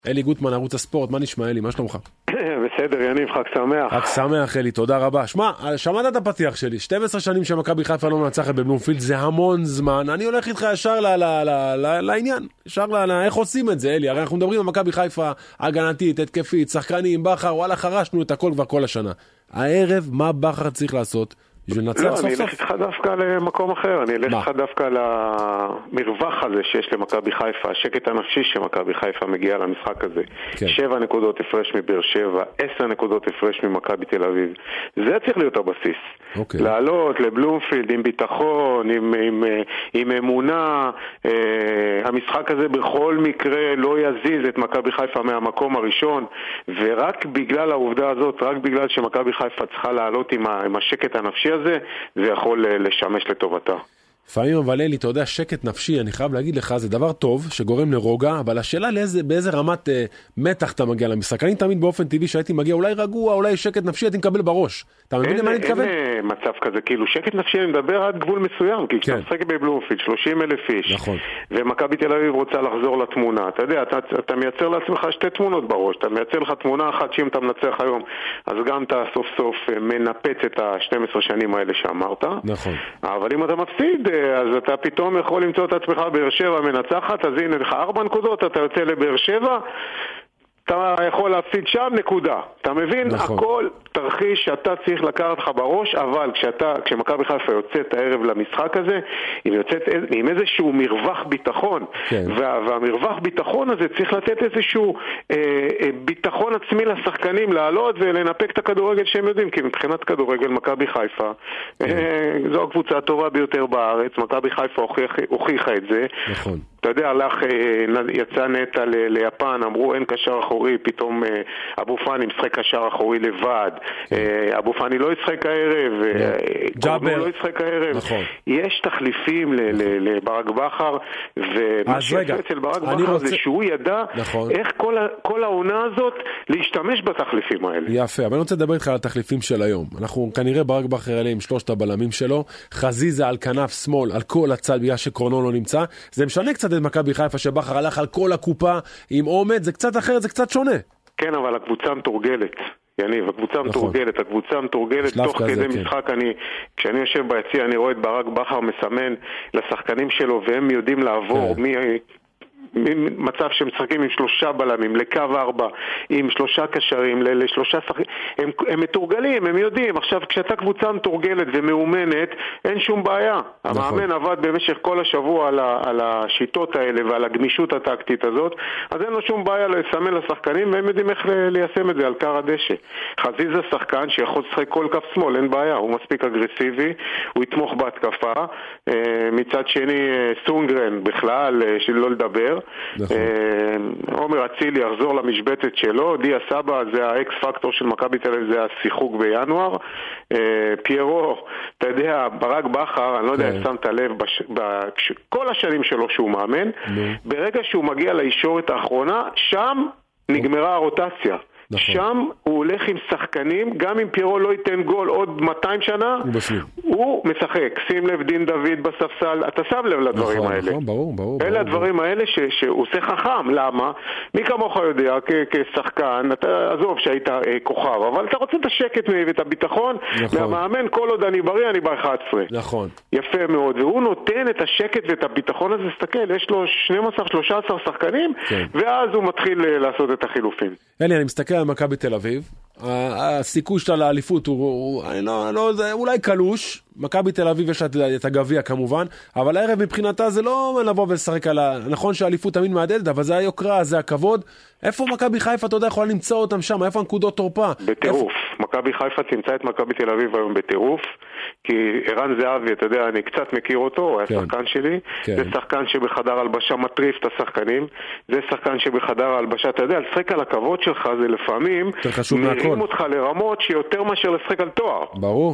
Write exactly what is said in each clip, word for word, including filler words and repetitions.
אלי גוטמן, ערוץ הספורט, מה נשמע אלי? מה שלומך? בסדר, יניב, חג שמח. חג שמח אלי, תודה רבה. שמע, שמעת את הפתיח שלי, שתים עשרה שנים שמכבי חיפה לא מנצחת בבלומפילד, זה המון זמן, אני הולך איתך ישר ל- ל- ל- ל- לעניין, ישר ל- איך עושים את זה אלי, הרי אנחנו מדברים על מכבי חיפה הגנתית, התקפית, שחקנים, בכר, וואלה חרשנו את הכל כבר כל השנה. הערב, מה בכר צריך לעשות? לא, אני אלך איתך דווקא למקום אחר, אני אלך איתך דווקא למרווח הזה שיש למכבי חיפה, השקט הנפשי שמכבי חיפה מגיעה למשחק הזה. שבע נקודות הפרש מבאר שבע, עשר נקודות הפרש ממכבי תל אביב. זה צריך להיות הבסיס. לעלות לבלומפילד עם ביטחון, עם, עם, עם אמונה. המשחק הזה בכל מקרה לא יזיז את מכבי חיפה מהמקום הראשון, ורק בגלל העובדה הזאת, רק בגלל שמכבי חיפה צריכה לעלות עם, עם השקט הנפשי הזה, זה יכול לשמש לטובתה. לפעמים אבל אלי, אתה יודע, שקט נפשי, אני חייב להגיד לך, זה דבר טוב שגורם לרוגע, אבל השאלה לאיזה, באיזה רמת אה, מתח אתה מגיע למשחק. אני תמיד באופן טבעי שהייתי מגיע, אולי רגוע, אולי שקט נפשי, הייתי מקבל בראש. אתה מבין למה אני מתכוון? אין מצב כזה, כאילו שקט נפשי אני מדבר עד גבול מסוים, כי כשאתה משחק בבלומפילד, שלושים אלף איש, נכון. ומכבי תל אביב רוצה לחזור לתמונה, אתה יודע, אתה, אתה מייצר לעצמך שתי תמונות בראש, אתה מייצר לך תמונה אחת שאם אתה מנצח היום, אז גם אתה סוף סוף מנפץ את ה-שתים עשרה שנים האלה שאמרת. נכון. אבל אם אתה מפסיד, אז אתה פתאום יכול למצוא את עצמך באר שבע מנצחת, אז הנה לך ארבע נקודות, אתה יוצא לבאר שבע, אתה יכול להפסיד שם נקודה. אתה מבין? נכון. הכל תרחיש שאתה צריך לקחת לך בראש, אבל כשאתה, כשמכבי חיפה יוצאת הערב למשחק הזה, היא יוצאת עם איזשהו מרווח ביטחון, כן. וה, והמרווח ביטחון הזה צריך לתת איזשהו אה, אה, ביטחון עצמי לשחקנים לעלות ולנפק את הכדורגל שהם יודעים, כי מבחינת כדורגל מכבי חיפה, כן. אה, זו הקבוצה הטובה ביותר בארץ, מכבי חיפה הוכיח, הוכיחה את זה. נכון. אתה יודע, הלך, יצא נטע ליפן, אמרו אין קשר אחורי, פתאום אבו פאני משחק קשר אחורי לבד, אבו פאני לא ישחק הערב, ג'אבר לא ישחק הערב. יש תחליפים לברק בכר, ומה שיפה אצל ברק בכר זה שהוא ידע איך כל העונה הזאת להשתמש בתחליפים האלה. יפה, אבל אני רוצה לדבר איתך על התחליפים של היום. אנחנו כנראה ברק בכר אלה עם שלושת הבלמים שלו, חזיזה על כנף שמאל, על כל הצד בגלל שקרונו לא נמצא. זה משנה קצת את מכבי חיפה שבכר הלך על כל הקופה עם עומד, זה קצת אחרת, זה קצת שונה. כן, אבל הקבוצה מתורגלת. יניב, הקבוצה מתורגלת, הקבוצה מתורגלת תוך כדי משחק. אני, כשאני יושב ביציע, אני רואה את ברק בכר מסמן לשחקנים שלו, והם יודעים לעבור מי... מצב שמשחקים עם שלושה בלמים, לקו ארבע, עם שלושה קשרים, לשלושה שחקים, הם, הם מתורגלים, הם יודעים. עכשיו, כשאתה קבוצה מתורגלת ומאומנת, אין שום בעיה. נכון. המאמן עבד במשך כל השבוע על, ה, על השיטות האלה ועל הגמישות הטקטית הזאת, אז אין לו שום בעיה לסמן לשחקנים, והם יודעים איך ליישם את זה על קר הדשא. חזיזה שחקן שיכול לשחק כל כף שמאל, אין בעיה, הוא מספיק אגרסיבי, הוא יתמוך בהתקפה. מצד שני, סונגרן בכלל, שלא לדבר. עומר אצילי יחזור למשבצת שלו, דיה סבא זה האקס פקטור של מכבי תל אביב, זה השיחוק בינואר. פיירו, אתה יודע, ברק בכר, אני לא יודע אם שמת לב, כל השנים שלו שהוא מאמן, ברגע שהוא מגיע לישורת האחרונה, שם נגמרה הרוטציה. נכון. שם הוא הולך עם שחקנים, גם אם פיירו לא ייתן גול עוד מאתיים שנה, הוא, הוא משחק. שים לב, דין דוד בספסל, אתה שם לב לדברים נכון, האלה. נכון, ברור, ברור. אלה ברור, הדברים ברור. האלה ש, שהוא עושה חכם. למה? מי כמוך יודע, כ, כשחקן, אתה עזוב שהיית אה, כוכב, אבל אתה רוצה את השקט ואת הביטחון, נכון. מהמאמן, כל עוד אני בריא, אני ב-אחת עשרה. נכון. יפה מאוד, והוא נותן את השקט ואת הביטחון הזה, סתכל, יש לו שנים עשר שלושה עשר שחקנים, כן. ואז הוא מתחיל אה, לעשות את החילופים. אלי, אני מסתכל על מכבי תל אביב, הסיכוי שלה לאליפות הוא, אני לא, לא, זה אולי קלוש, מכבי תל אביב יש את הגביע כמובן, אבל הערב מבחינתה זה לא לבוא ולשחק על ה... נכון שהאליפות תמיד מעדלת, אבל זה היוקרה, זה הכבוד. איפה מכבי חיפה, אתה יודע, יכולה למצוא אותם שם? איפה הנקודות תורפה? בטירוף. איפה... מכבי חיפה תמצא את מכבי תל אביב היום בטירוף, כי ערן זהבי, אתה יודע, אני קצת מכיר אותו, הוא היה כן. שחקן שלי. כן. זה שחקן שבחדר הלבשה מטריף את השחקנים. זה שחקן שבחדר הלבשה, אתה יודע, לשחק על הכבוד שלך זה לפעמים מרים אותך לרמות שיותר מאשר לשחק על תואר. ברור.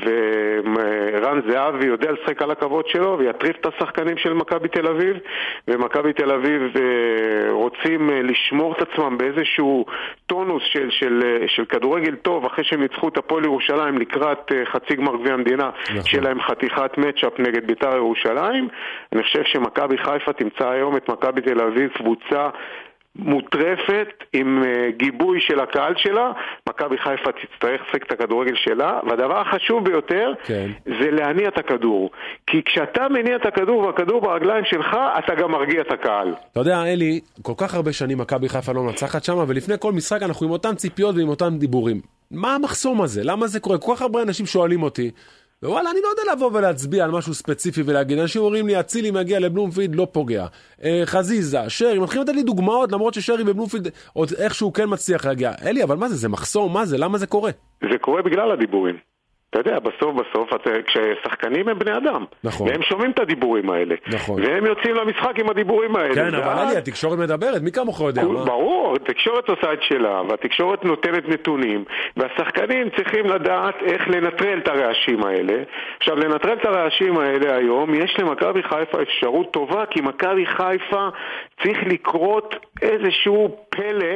ורן זהבי יודע לשחק על הכבוד שלו ויטריף את השחקנים של מכבי תל אביב, ומכבי תל אביב רוצים לשמור את עצמם באיזשהו טונוס של, של, של כדורגל טוב אחרי שהם ניצחו את הפועל ירושלים לקראת חצי גמר גביע המדינה. נכון. שלהם חתיכת מצ'אפ נגד בית"ר ירושלים. אני חושב שמכבי חיפה תמצא היום את מכבי תל אביב קבוצה מוטרפת עם uh, גיבוי של הקהל שלה, מכבי חיפה תצטרך לשחק את הכדורגל שלה, והדבר החשוב ביותר כן. זה להניע את הכדור. כי כשאתה מניע את הכדור והכדור ברגליים שלך, אתה גם מרגיע את הקהל. אתה יודע, אלי, כל כך הרבה שנים מכבי חיפה לא מנצחת שם, ולפני כל משחק אנחנו עם אותם ציפיות ועם אותם דיבורים. מה המחסום הזה? למה זה קורה? כל כך הרבה אנשים שואלים אותי, ווואלה, אני לא יודע לבוא ולהצביע על משהו ספציפי ולהגיד, אנשים אומרים לי, אצילי מגיע לבלומפילד, לא פוגע. אה, חזיזה, שרי, מתחילים לתת לי דוגמאות, למרות ששרי בבלומפילד עוד איכשהו כן מצליח להגיע. אלי, אבל מה זה? זה מחסום? מה זה? למה זה קורה? זה קורה בגלל הדיבורים. אתה יודע, בסוף בסוף, כששחקנים הם בני אדם, נכון. והם שומעים את הדיבורים האלה, נכון. והם יוצאים למשחק עם הדיבורים האלה. כן, אבל ואז... אלי, התקשורת מדברת, מי כמוך יודע? הוא, ברור, התקשורת עושה את שלה, והתקשורת נותנת נתונים, והשחקנים צריכים לדעת איך לנטרל את הרעשים האלה. עכשיו, לנטרל את הרעשים האלה היום, יש למכבי חיפה אפשרות טובה, כי מכבי חיפה צריך לקרות איזשהו פלא,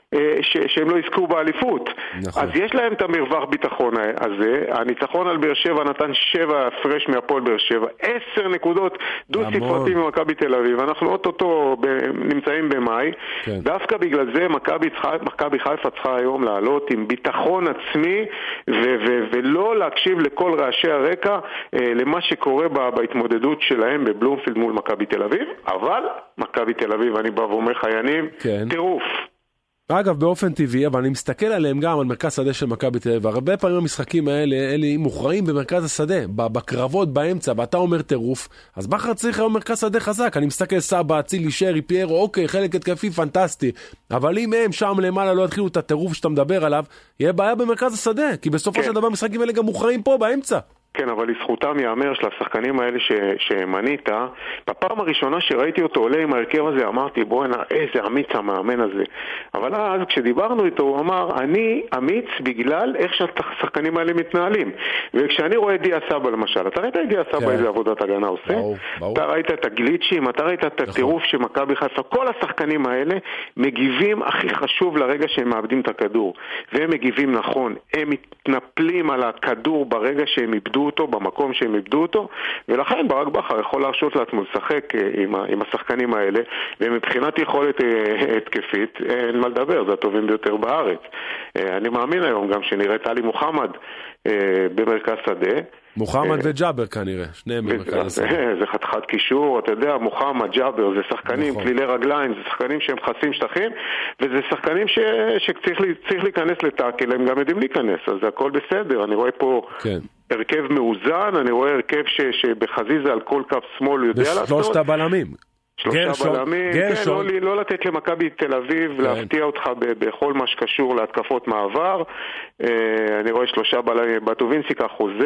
ש- שהם לא יזכו באליפות. נכון. אז יש להם את המרווח ביטחון הזה. הניצחון על באר שבע נתן שבע הפרש מהפועל באר שבע, עשר נקודות דו ספרתי ממכבי תל אביב. אנחנו אוטוטו נמצאים במאי. כן. דווקא בגלל זה מכבי, מכבי חיפה צריכה היום לעלות עם ביטחון עצמי ו- ו- ולא להקשיב לכל רעשי הרקע למה שקורה בהתמודדות שלהם בבלומפילד מול מכבי תל אביב. אבל מכבי תל אביב, אני בא ואומר חיינים, כן. טירוף. אגב, באופן טבעי, אבל אני מסתכל עליהם גם על מרכז שדה של מכבי תל אביב, הרבה פעמים המשחקים האלה, אלה מוכרעים במרכז השדה, בקרבות באמצע, ואתה אומר טירוף, אז בכר צריך היום מרכז שדה חזק, אני מסתכל סבא, אצילי, שרי, פיירו, אוקיי, חלק התקפי פנטסטי, אבל אם הם שם למעלה לא יתחילו את הטירוף שאתה מדבר עליו, יהיה בעיה במרכז השדה, כי בסופו כן. של דבר המשחקים האלה גם מוכרעים פה באמצע. כן, אבל לזכותם יאמר של השחקנים האלה ש, שמנית, בפעם הראשונה שראיתי אותו עולה עם ההרכב הזה, אמרתי, בוא הנה, איזה אמיץ המאמן הזה. אבל אז כשדיברנו איתו, הוא אמר, אני אמיץ בגלל איך שהשחקנים האלה מתנהלים. וכשאני רואה דיה סבא למשל, אתה ראית את דיה סבא איזה עבודת הגנה עושה? ברור, ברור. אתה ראית את הגליצ'ים, אתה ראית את הטירוף של מכבי חיפה, כל השחקנים האלה מגיבים הכי חשוב לרגע שהם מאבדים את הכדור. והם מגיבים נכון, הם מתנפלים על הכדור ברגע שהם איבדו אותו, במקום שהם איבדו אותו, ולכן ברק בכר יכול להרשות לעצמו לשחק עם, עם השחקנים האלה, ומבחינת יכולת התקפית, אין מה לדבר, זה הטובים ביותר בארץ. אני מאמין היום גם שנראה טלי מוחמד במרכז שדה. מוחמד וג'אבר כנראה, שניהם במרכז שדה. זה חתיכת קישור, אתה יודע, מוחמד, ג'אבר, זה שחקנים, כלילי רגליים, זה שחקנים שהם חסים שטחים, וזה שחקנים ש... שצריך להיכנס לטאקל, הם גם יודעים להיכנס, אז זה הכל בסדר. אני רואה פה כן. הרכב מאוזן, אני רואה הרכב ש... שבחזיזה על כל קו שמאל יודע לעשות. ושלושת הבלמים. שלושה בלמים, כן, לא, לא לתת למכבי תל אביב כן. להפתיע אותך בכל מה שקשור להתקפות מעבר. אני רואה שלושה בלמים, בטובינסיקה חוזה...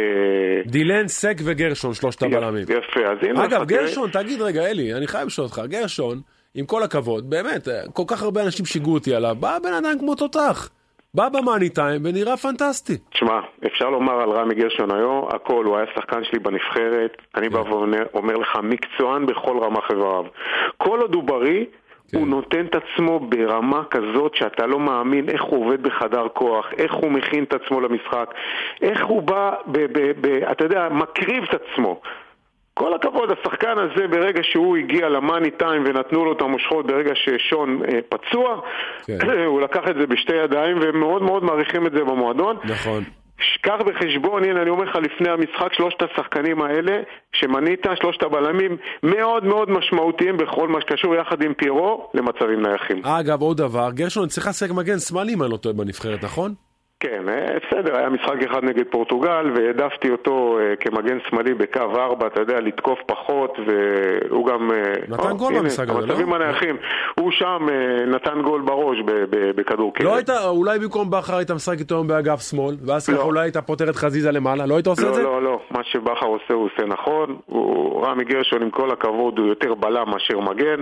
דילן, סק וגרשון, שלושת הבלמים. יפה, אז הנה... אגב, גרשון, תגיד רגע, אלי, אני חייב לשאול אותך, גרשון, עם כל הכבוד, באמת, כל כך הרבה אנשים שיגעו אותי עליו, בא בן אדם כמו תותח. בא במאני טיים ונראה פנטסטי. תשמע, אפשר לומר על רמי גרשון היום, הכל, הוא היה שחקן שלי בנבחרת, אני בא ואומר לך, מקצוען בכל רמה חבריו. כל עוד הוא בריא, הוא נותן את עצמו ברמה כזאת שאתה לא מאמין איך הוא עובד בחדר כוח, איך הוא מכין את עצמו למשחק, איך הוא בא, אתה יודע, מקריב את עצמו. כל הכבוד, השחקן הזה ברגע שהוא הגיע למאני טיים ונתנו לו את המושכות ברגע ששון אה, פצוע, כן. הוא לקח את זה בשתי ידיים ומאוד מאוד מעריכים את זה במועדון. נכון. קח בחשבון, הנה אני אומר לך לפני המשחק, שלושת השחקנים האלה שמנית, שלושת הבלמים מאוד מאוד משמעותיים בכל מה שקשור יחד עם פירו למצבים נייחים. אגב, עוד דבר, גרשון צריכה לשחק מגן שמאלי אם אני לא טועה בנבחרת, נכון? כן, בסדר, היה משחק אחד נגד פורטוגל והעדפתי אותו כמגן שמאלי בקו ארבע, אתה יודע, לתקוף פחות, והוא גם... נתן גול במשחק הזה, לא? המצבים הנייחים, הוא שם נתן גול בראש בכדור כלב. לא היית, אולי במקום בכר היית משחק איתו היום באגף שמאל, ואז ככה אולי היית פותר את חזיזה למעלה, לא היית עושה את זה? לא, לא, לא, מה שבכר עושה הוא עושה נכון, רמי גרשון עם כל הכבוד הוא יותר בלם מאשר מגן,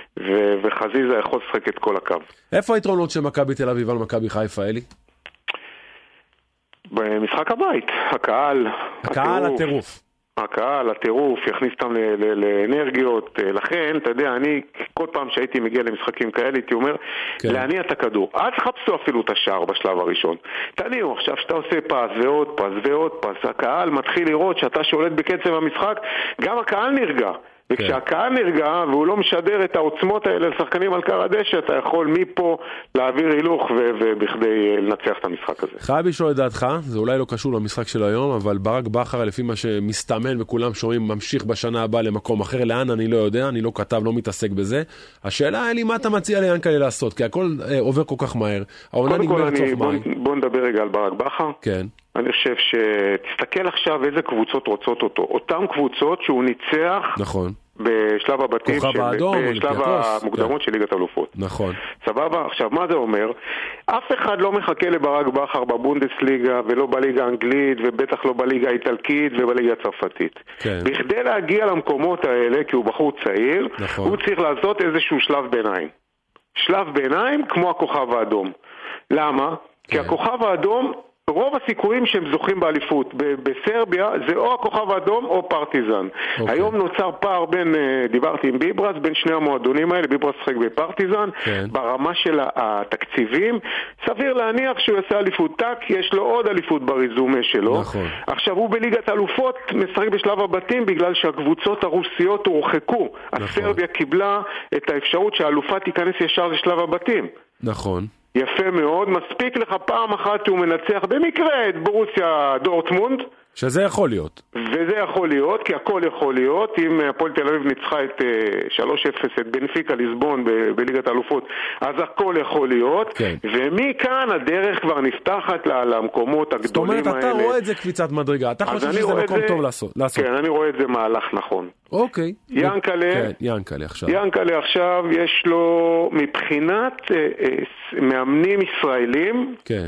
וחזיזה יכול לשחק את כל הקו. איפה היתרונות של מכבי תל אביב על מכבי חיפה, אלי? במשחק הבית, הקהל, הקהל הטירוף. הקהל, הטירוף, יכניס אותם לאנרגיות, לכן, אתה יודע, אני כל פעם שהייתי מגיע למשחקים כאלה, הייתי אומר, כן. להניע את הכדור. אל תחפשו אפילו את השער בשלב הראשון. תניעו, עכשיו שאתה עושה פס ועוד פס ועוד פס, הקהל מתחיל לראות שאתה שולט בקצב המשחק, גם הקהל נרגע. וכשהקהל נרגע והוא לא משדר את העוצמות האלה לשחקנים על קר הדשא, אתה יכול מפה להעביר הילוך ובכדי לנצח את המשחק הזה. חייב לשאול את דעתך, זה אולי לא קשור למשחק של היום, אבל ברק בכר לפי מה שמסתמן וכולם שומעים ממשיך בשנה הבאה למקום אחר, לאן אני לא יודע, אני לא כתב, לא מתעסק בזה. השאלה היא מה אתה מציע ליענקל'ה לעשות, כי הכל עובר כל כך מהר. קודם כל אני, בוא, בוא נדבר רגע על ברק בכר. כן. אני חושב שתסתכל עכשיו איזה קבוצות רוצות אותו. אותם קבוצות שהוא ניצח נכון. בשלב הבתים, כוכב האדום, בשלב המוקדמות של ליגת האלופות. נכון. סבבה? עכשיו, מה זה אומר? אף אחד לא מחכה לברק בכר בבונדסליגה, ולא בליגה האנגלית, ובטח לא בליגה האיטלקית ובליגה הצרפתית. כן. בכדי להגיע למקומות האלה, כי הוא בחור צעיר, נכון. הוא צריך לעשות איזשהו שלב ביניים. שלב ביניים כמו הכוכב האדום. למה? כי הכוכב האדום, רוב הסיכויים שהם זוכים באליפות בסרביה זה או הכוכב האדום או פרטיזן. Okay. היום נוצר פער בין, דיברתי עם ביברס, בין שני המועדונים האלה, ביברס שחק בפרטיזן, okay. ברמה של התקציבים, סביר להניח שהוא יעשה אליפות טק, יש לו עוד אליפות בריזומה שלו. נכון. עכשיו הוא בליגת אלופות משחק בשלב הבתים בגלל שהקבוצות הרוסיות הורחקו. נכון. הסרביה קיבלה את האפשרות שהאלופה תיכנס ישר לשלב הבתים. נכון. יפה מאוד, מספיק לך פעם אחת שהוא מנצח במקרה את ברוסיה דורטמונד. שזה יכול להיות. וזה יכול להיות, כי הכל יכול להיות. אם הפועל תל אביב ניצחה את שלוש אפס את בנפיקה ליסבון ב- בליגת האלופות, אז הכל יכול להיות. כן. ומכאן הדרך כבר נפתחת למקומות הגדולים האלה. זאת אומרת, אתה רואה את זה קפיצת מדרגה. אתה חושב שזה מקום זה... טוב לעשות, לעשות. כן, אני רואה את זה מהלך נכון. אוקיי. יענקל'ה, כן, יענקל'ה עכשיו. יענקל'ה עכשיו יש לו מבחינת אה, אה, מאמנים ישראלים. כן.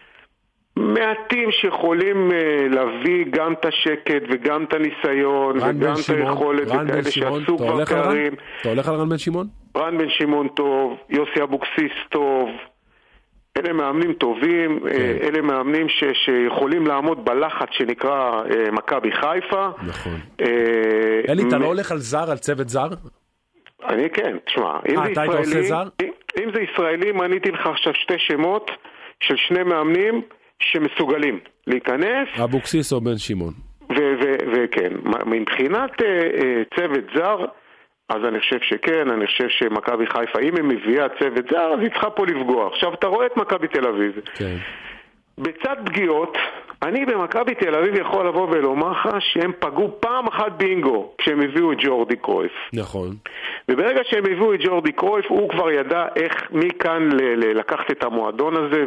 מעטים שיכולים uh, להביא גם את השקט וגם את הניסיון וגם את היכולת וכאלה שעשו כבר קרים. אתה הולך על רן בן שמעון? רן בן שמעון טוב, יוסי אבוקסיס טוב, אלה מאמנים טובים, כן. אלה מאמנים ש, שיכולים לעמוד בלחץ שנקרא uh, מכבי חיפה. נכון. Uh, אלי, אתה מ... לא הולך על זר, על צוות זר? אני כן, תשמע, אם, 아, זה ישראלי, אם, אם זה ישראלי, מניתי לך עכשיו שתי שמות של שני מאמנים שמסוגלים להיכנס. אבוקסיס או בן שמעון. וכן, מבחינת צוות זר, אז אני חושב שכן, אני חושב שמכבי חיפה, אם היא מביאה צוות זר, אז היא צריכה פה לפגוע. עכשיו, אתה רואה את מכבי תל אביב. כן. בצד פגיעות, אני במכבי תל אביב יכול לבוא ולומר לך שהם פגעו פעם אחת בינגו כשהם הביאו את ג'ורדי קרויף. נכון. וברגע שהם הביאו את ג'ורדי קרויף, הוא כבר ידע איך מכאן ל- ל- לקחת את המועדון הזה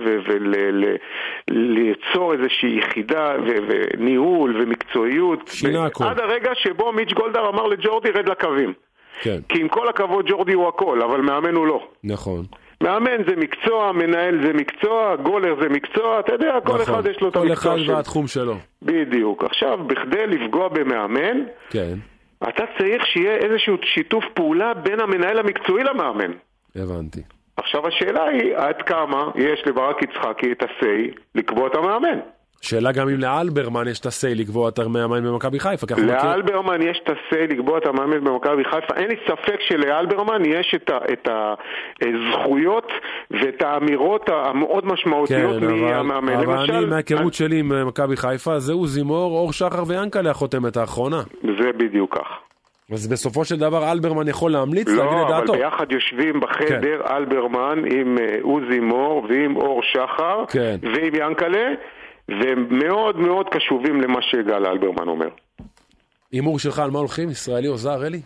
וליצור איזושהי יחידה ו- וניהול ומקצועיות. שינה הכל. עד הרגע שבו מיץ' גולדהר אמר לג'ורדי רד לקווים. כן. כי עם כל הכבוד ג'ורדי הוא הכל, אבל מאמן הוא לא. נכון. מאמן זה מקצוע, מנהל זה מקצוע, גולר זה מקצוע, אתה יודע, כל אחד יש לו את המקצוע שלו. כל אחד והתחום שלו. בדיוק. עכשיו, בכדי לפגוע במאמן, כן. אתה צריך שיהיה איזשהו שיתוף פעולה בין המנהל המקצועי למאמן. הבנתי. עכשיו השאלה היא, עד כמה יש לברק יצחקי את הסי לקבוע את המאמן? שאלה גם אם לאלברמן יש את הסי לקבוע את המאמן במכבי חיפה. לאלברמן יש את הסי לקבוע את המאמן במכבי חיפה. אין לי ספק שלאלברמן יש את, ה, את הזכויות ואת האמירות המאוד משמעותיות כן, מהמאמן. אבל למשל, אני מהכירות שלי עם מכבי חיפה, זהו זימור, אור שחר ויענקל'ה החותמת האחרונה. זה בדיוק כך. אז בסופו של דבר אלברמן יכול להמליץ להגיד לדעתו. לא, אבל ביחד יושבים בחדר כן. אלברמן עם עוזי מור ועם אור שחר כן. ועם יענקל'ה, והם מאוד מאוד קשובים למה שגל אלברמן אומר. אימור שלך על מה הולכים? ישראלי או זר, אלי?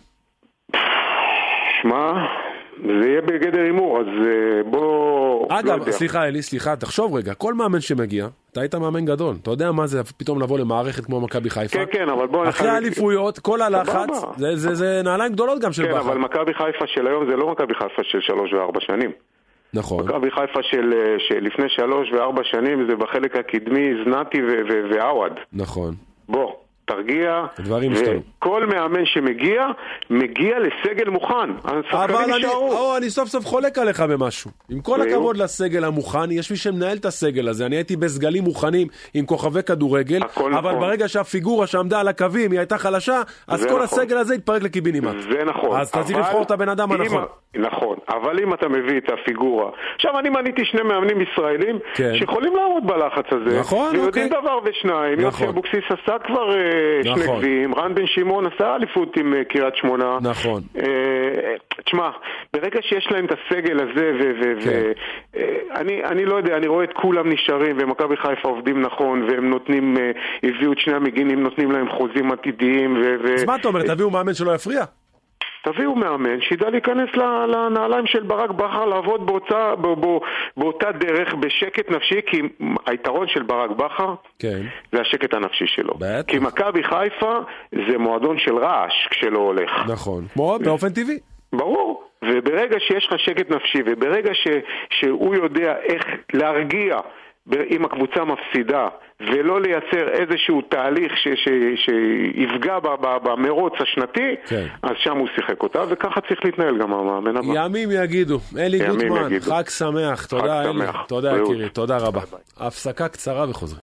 שמה, זה יהיה בגדר אימור, אז בוא... אגב, לא סליחה אלי, סליחה, תחשוב רגע, כל מאמן שמגיע, אתה היית מאמן גדול, אתה יודע מה זה פתאום לבוא למערכת כמו מכבי חיפה? כן, כן, אבל בוא... אחרי האליפויות, כל הלחץ, זה, זה, זה נעליים גדולות גם של כן, בכר. אבל מכבי חיפה של היום זה לא מכבי חיפה של שלוש וארבע שנים. נכון. מכבי חיפה של, שלפני שלוש וארבע שנים זה בחלק הקדמי זנתי ועווד. נכון. בוא, תרגיע. הדברים השתנו. כל מאמן שמגיע, מגיע לסגל מוכן. אבל אני, או, אני סוף סוף חולק עליך במשהו. עם כל הכבוד לסגל המוכן, יש מי שמנהל את הסגל הזה. אני הייתי בסגלים מוכנים עם כוכבי כדורגל, אבל נכון. ברגע שהפיגורה שעמדה על הקווים היא הייתה חלשה, אז כל נכון. הסגל הזה התפרק לקיבינימט. זה נכון. אז אתה צריך לבחור את הבן אדם הנכון. נכון, אבל אם אתה מביא את הפיגורה... עכשיו אני מניתי שני מאמנים ישראלים כן. שיכולים לעמוד בלחץ הזה. נכון, ויודעים אוקיי. דבר ושניים. נכון. יוסי אבוקסיס עשה כבר שני גביעים, רן בן שמעון עשה אליפות עם קריית שמונה. נכון. תשמע, ברגע שיש להם את הסגל הזה, ואני לא יודע, אני רואה את כולם נשארים, ומכבי חיפה עובדים נכון, והם נותנים, הביאו את שני המגינים, נותנים להם חוזים עתידיים. אז מה אתה אומר, תביאו מאמן שלא יפריע? תביאו מאמן שידע להיכנס לנעליים של ברק בכר, לעבוד באותה, בא, באותה דרך בשקט נפשי, כי היתרון של ברק בכר כן. זה השקט הנפשי שלו. בטח. כי מכבי חיפה זה מועדון של רעש כשלא הולך. נכון, כמו באופן טבעי. ברור, וברגע שיש לך שקט נפשי, וברגע ש, שהוא יודע איך להרגיע אם הקבוצה מפסידה, ולא לייצר איזשהו תהליך ש, ש, שיפגע במרוץ השנתי, כן. אז שם הוא שיחק אותה, וככה צריך להתנהל גם המאמן הבא. ימים יגידו. אלי גוטמן, חג שמח. תודה, אלי. תודה, יקירי. תודה רבה. הפסקה קצרה וחוזרים.